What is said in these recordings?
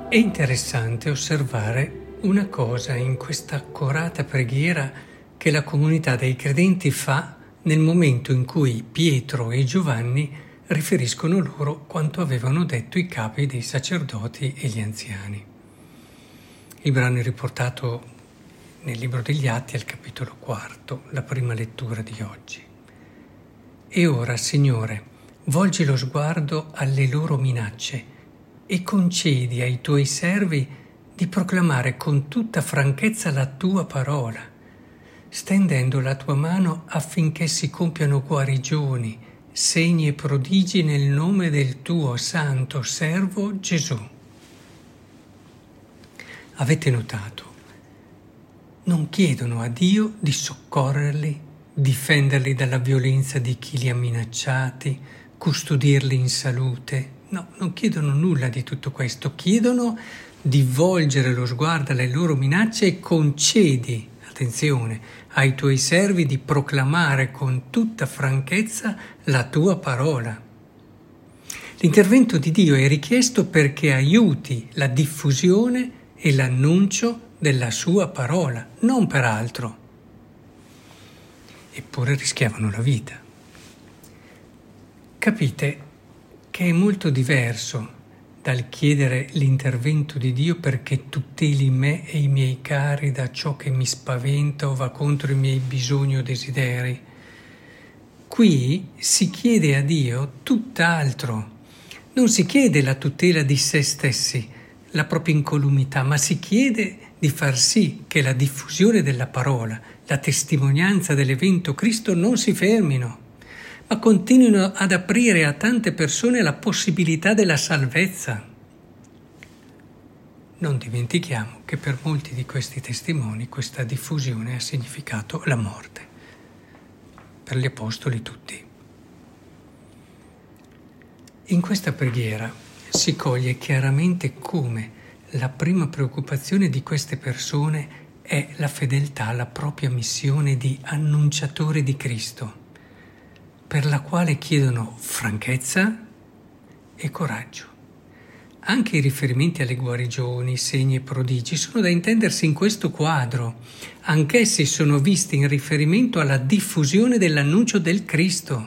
È interessante osservare una cosa in questa accorata preghiera che la comunità dei credenti fa nel momento in cui Pietro e Giovanni riferiscono loro quanto avevano detto i capi dei sacerdoti e gli anziani. Il brano è riportato nel libro degli Atti al capitolo 4, la prima lettura di oggi. E ora, Signore, volgi lo sguardo alle loro minacce e concedi ai tuoi servi di proclamare con tutta franchezza la tua parola, stendendo la tua mano affinché si compiano guarigioni, segni e prodigi nel nome del tuo santo servo Gesù. Avete notato? Non chiedono a Dio di soccorrerli, difenderli dalla violenza di chi li ha minacciati, custodirli in salute. No, non chiedono nulla di tutto questo. Chiedono di volgere lo sguardo alle loro minacce e concedi, attenzione, ai tuoi servi di proclamare con tutta franchezza la tua parola. L'intervento di Dio è richiesto perché aiuti la diffusione e l'annuncio della sua parola, non per altro. Eppure rischiavano la vita. Capite che è molto diverso dal chiedere l'intervento di Dio perché tuteli me e i miei cari da ciò che mi spaventa o va contro i miei bisogni o desideri. Qui si chiede a Dio tutt'altro. Non si chiede la tutela di se stessi, la propria incolumità, ma si chiede di far sì che la diffusione della parola, la testimonianza dell'evento Cristo non si fermino, ma continuino ad aprire a tante persone la possibilità della salvezza. Non dimentichiamo che per molti di questi testimoni questa diffusione ha significato la morte, per gli apostoli tutti. In questa preghiera si coglie chiaramente come la prima preoccupazione di queste persone è la fedeltà alla propria missione di annunciatore di Cristo, per la quale chiedono franchezza e coraggio. Anche i riferimenti alle guarigioni, segni e prodigi sono da intendersi in questo quadro. Anch'essi sono visti in riferimento alla diffusione dell'annuncio del Cristo.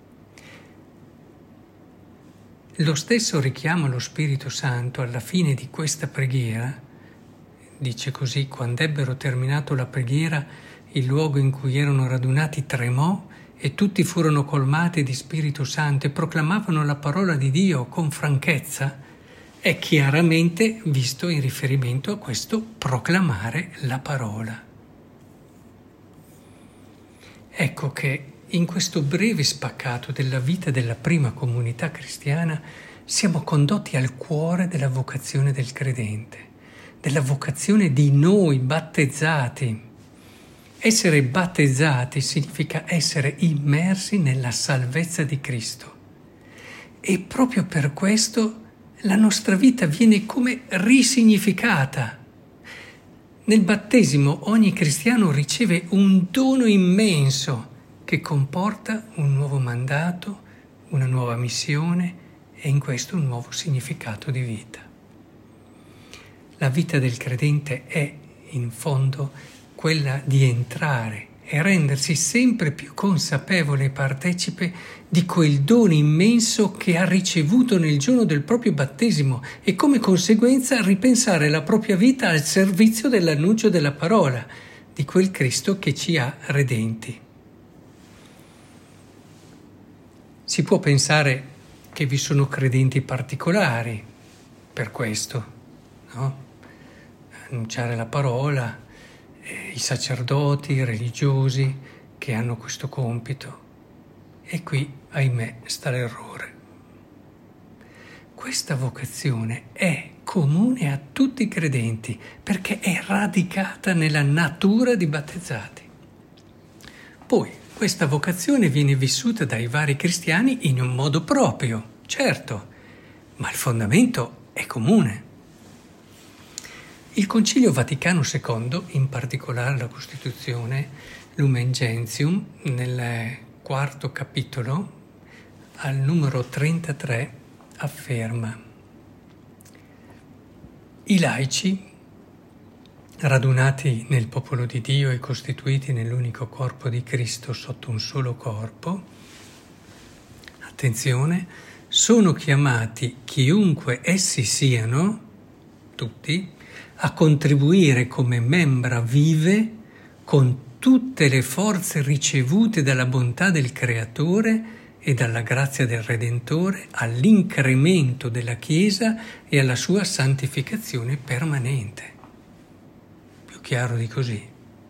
Lo stesso richiamo allo Spirito Santo alla fine di questa preghiera, dice così: quando ebbero terminato la preghiera, il luogo in cui erano radunati tremò e tutti furono colmati di Spirito Santo e proclamavano la parola di Dio con franchezza, è chiaramente visto in riferimento a questo proclamare la parola. Ecco che in questo breve spaccato della vita della prima comunità cristiana siamo condotti al cuore della vocazione del credente, della vocazione di noi battezzati. Essere battezzati significa essere immersi nella salvezza di Cristo. E proprio per questo la nostra vita viene come risignificata. Nel battesimo ogni cristiano riceve un dono immenso che comporta un nuovo mandato, una nuova missione e in questo un nuovo significato di vita. La vita del credente è, in fondo, quella di entrare e rendersi sempre più consapevole e partecipe di quel dono immenso che ha ricevuto nel giorno del proprio battesimo e come conseguenza ripensare la propria vita al servizio dell'annuncio della parola, di quel Cristo che ci ha redenti. Si può pensare che vi sono credenti particolari per questo, no? Annunciare la parola, i sacerdoti, i religiosi che hanno questo compito. E qui, ahimè, sta l'errore. Questa vocazione è comune a tutti i credenti perché è radicata nella natura di battezzati. Poi, questa vocazione viene vissuta dai vari cristiani in un modo proprio, certo, ma il fondamento è comune. Il Concilio Vaticano II, in particolare la Costituzione Lumen Gentium, nel quarto capitolo, al numero 33, afferma: I laici, radunati nel popolo di Dio e costituiti nell'unico corpo di Cristo sotto un solo corpo, attenzione, sono chiamati, chiunque essi siano, tutti, a contribuire come membra vive con tutte le forze ricevute dalla bontà del Creatore e dalla grazia del Redentore all'incremento della Chiesa e alla sua santificazione permanente. Più chiaro di così.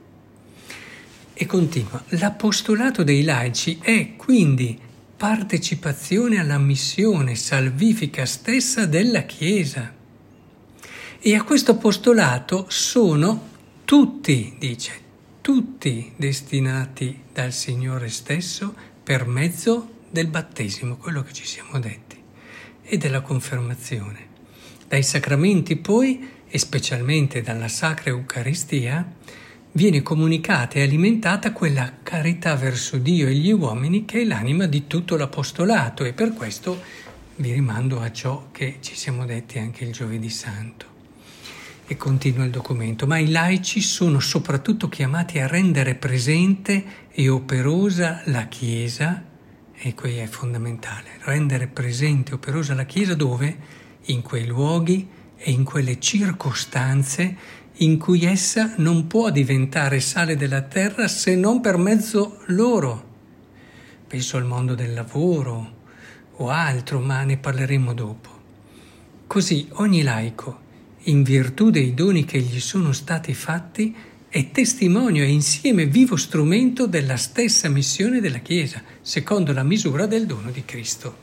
E continua. L'apostolato dei laici è quindi partecipazione alla missione salvifica stessa della Chiesa. E a questo apostolato sono tutti, dice, tutti destinati dal Signore stesso per mezzo del battesimo, quello che ci siamo detti, e della confermazione. Dai sacramenti poi, e specialmente dalla Sacra Eucaristia, viene comunicata e alimentata quella carità verso Dio e gli uomini che è l'anima di tutto l'apostolato, e per questo vi rimando a ciò che ci siamo detti anche il Giovedì Santo. E continua il documento, ma i laici sono soprattutto chiamati a rendere presente e operosa la Chiesa, e qui è fondamentale, rendere presente e operosa la Chiesa dove? In quei luoghi e in quelle circostanze in cui essa non può diventare sale della terra se non per mezzo loro. Penso al mondo del lavoro o altro, ma ne parleremo dopo. Così ogni laico, in virtù dei doni che gli sono stati fatti, è testimonio e insieme vivo strumento della stessa missione della Chiesa, secondo la misura del dono di Cristo.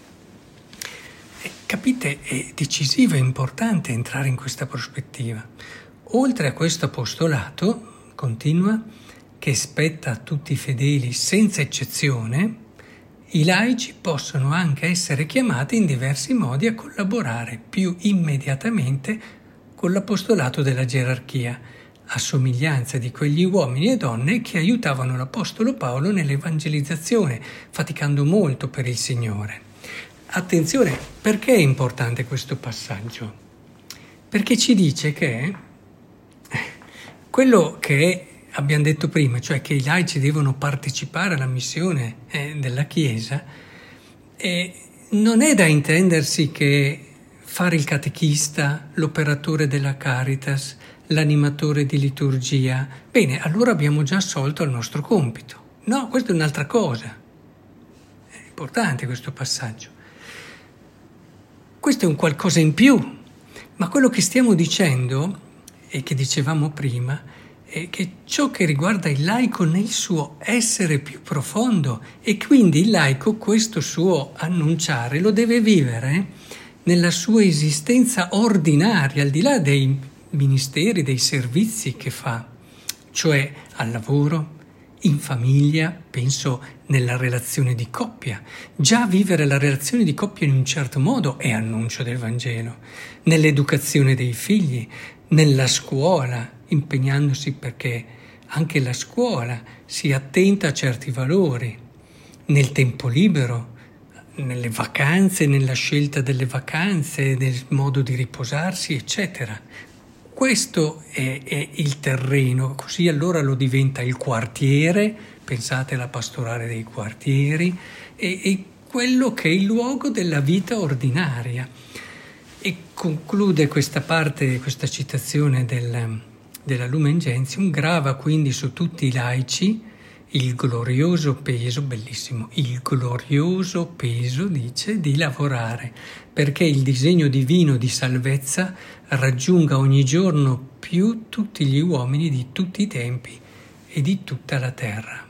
Capite, è decisivo e importante entrare in questa prospettiva. Oltre a questo apostolato, continua, che spetta a tutti i fedeli senza eccezione, i laici possono anche essere chiamati in diversi modi a collaborare più immediatamente con l'apostolato della gerarchia, a somiglianza di quegli uomini e donne che aiutavano l'Apostolo Paolo nell'evangelizzazione, faticando molto per il Signore. Attenzione, perché è importante questo passaggio? Perché ci dice che quello che abbiamo detto prima, cioè che i laici devono partecipare alla missione della Chiesa, non è da intendersi che fare il catechista, l'operatore della Caritas, l'animatore di liturgia. Bene, allora abbiamo già assolto il nostro compito. No, questa è un'altra cosa. È importante questo passaggio. Questo è un qualcosa in più, ma quello che stiamo dicendo, e che dicevamo prima, è che ciò che riguarda il laico nel suo essere più profondo, e quindi il laico questo suo annunciare lo deve vivere nella sua esistenza ordinaria, al di là dei ministeri, dei servizi che fa, cioè al lavoro, in famiglia, penso nella relazione di coppia. Già vivere la relazione di coppia in un certo modo è annuncio del Vangelo, nell'educazione dei figli, nella scuola, impegnandosi perché anche la scuola sia attenta a certi valori, nel tempo libero, nelle vacanze, nella scelta delle vacanze, nel modo di riposarsi, eccetera. Questo è il terreno, così allora lo diventa il quartiere, pensate alla pastorale dei quartieri, e quello che è il luogo della vita ordinaria. E conclude questa parte, questa citazione della Lumen Gentium, grava quindi su tutti i laici il glorioso peso, bellissimo, il glorioso peso, dice, di lavorare perché il disegno divino di salvezza raggiunga ogni giorno più tutti gli uomini di tutti i tempi e di tutta la terra.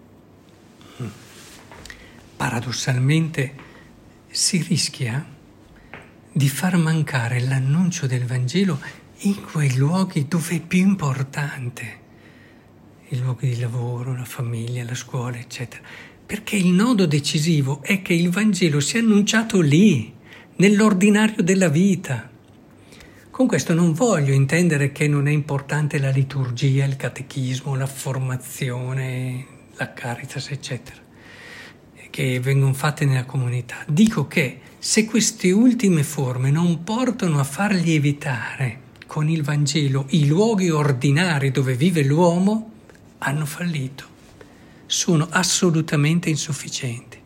Paradossalmente si rischia di far mancare l'annuncio del Vangelo in quei luoghi dove è più importante, i luoghi di lavoro, la famiglia, la scuola, eccetera. Perché il nodo decisivo è che il Vangelo sia annunciato lì, nell'ordinario della vita. Con questo non voglio intendere che non è importante la liturgia, il catechismo, la formazione, la Caritas, eccetera, che vengono fatte nella comunità. Dico che Se queste ultime forme non portano a far lievitare con il Vangelo i luoghi ordinari dove vive l'uomo, hanno fallito, sono assolutamente insufficienti.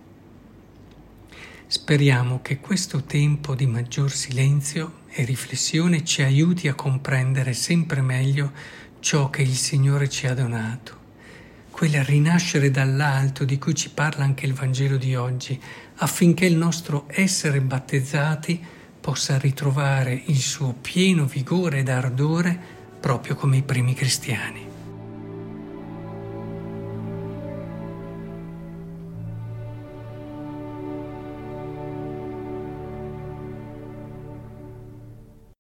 Speriamo che questo tempo di maggior silenzio e riflessione ci aiuti a comprendere sempre meglio ciò che il Signore ci ha donato, quel rinascere dall'alto di cui ci parla anche il Vangelo di oggi, affinché il nostro essere battezzati possa ritrovare il suo pieno vigore ed ardore proprio come i primi cristiani.